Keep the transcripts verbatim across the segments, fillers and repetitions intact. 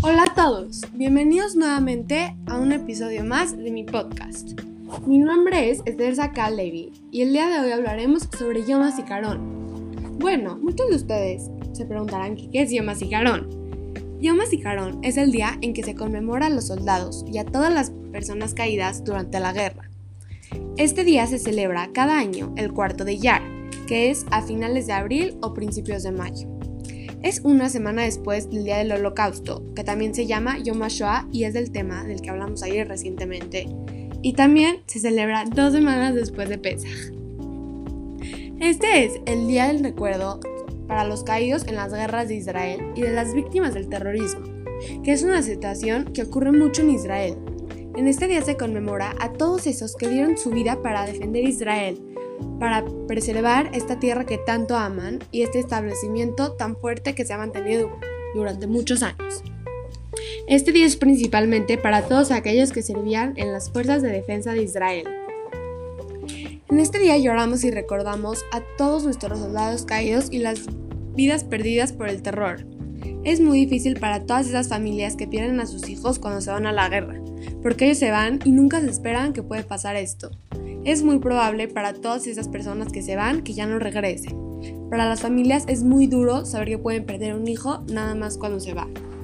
Hola a todos, bienvenidos nuevamente a un episodio más de mi podcast. Mi nombre es Esther Sacal Levi y el día de hoy hablaremos sobre Yom HaZikaron. Bueno, muchos de ustedes se preguntarán qué es Yom HaZikaron. Yom HaZikaron es el día en que se conmemora a los soldados y a todas las personas caídas durante la guerra. Este día se celebra cada año el cuarto de Iyar, que es a finales de abril o principios de mayo. Es una semana después del Día del Holocausto, que también se llama Yom HaShoah y es del tema del que hablamos ayer recientemente. Y también se celebra dos semanas después de Pesaj. Este es el día del recuerdo para los caídos en las guerras de Israel y de las víctimas del terrorismo, que es una situación que ocurre mucho en Israel. En este día se conmemora a todos esos que dieron su vida para defender Israel, para preservar esta tierra que tanto aman y este establecimiento tan fuerte que se ha mantenido durante muchos años. Este día es principalmente para todos aquellos que servían en las fuerzas de defensa de Israel. En este día lloramos y recordamos a todos nuestros soldados caídos y las vidas perdidas por el terror. Es muy difícil para todas esas familias que pierden a sus hijos cuando se van a la guerra, porque ellos se van y nunca se esperan que puede pasar esto. Es muy probable para todas esas personas que se van que ya no regresen. Para las familias es muy duro saber que pueden perder un hijo nada más cuando se va.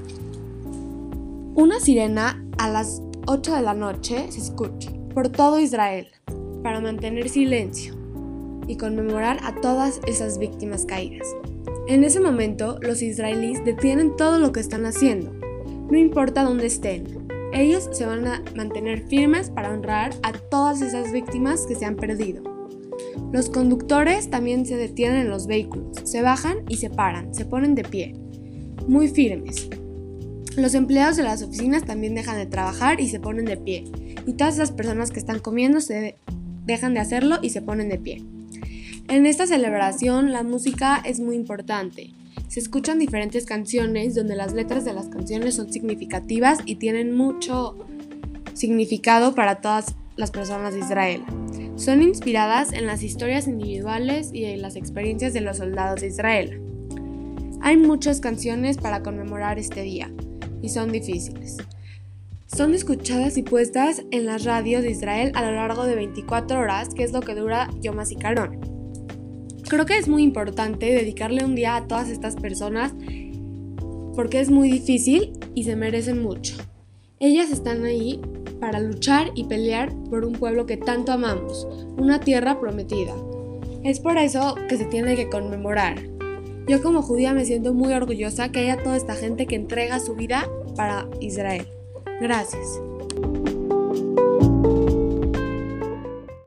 Una sirena a las ocho de la noche se escucha por todo Israel para mantener silencio y conmemorar a todas esas víctimas caídas. En ese momento, los israelíes detienen todo lo que están haciendo, no importa dónde estén. Ellos se van a mantener firmes para honrar a todas esas víctimas que se han perdido. Los conductores también se detienen en los vehículos, se bajan y se paran, se ponen de pie, muy firmes. Los empleados de las oficinas también dejan de trabajar y se ponen de pie. Y todas esas personas que están comiendo se dejan de hacerlo y se ponen de pie. En esta celebración la música es muy importante. Se escuchan diferentes canciones donde las letras de las canciones son significativas y tienen mucho significado para todas las personas de Israel. Son inspiradas en las historias individuales y en las experiencias de los soldados de Israel. Hay muchas canciones para conmemorar este día y son difíciles. Son escuchadas y puestas en las radios de Israel a lo largo de veinticuatro horas, que es lo que dura Yom HaZikaron. Creo que es muy importante dedicarle un día a todas estas personas porque es muy difícil y se merecen mucho. Ellas están ahí para luchar y pelear por un pueblo que tanto amamos, una tierra prometida. Es por eso que se tiene que conmemorar. Yo como judía me siento muy orgullosa que haya toda esta gente que entrega su vida para Israel. Gracias.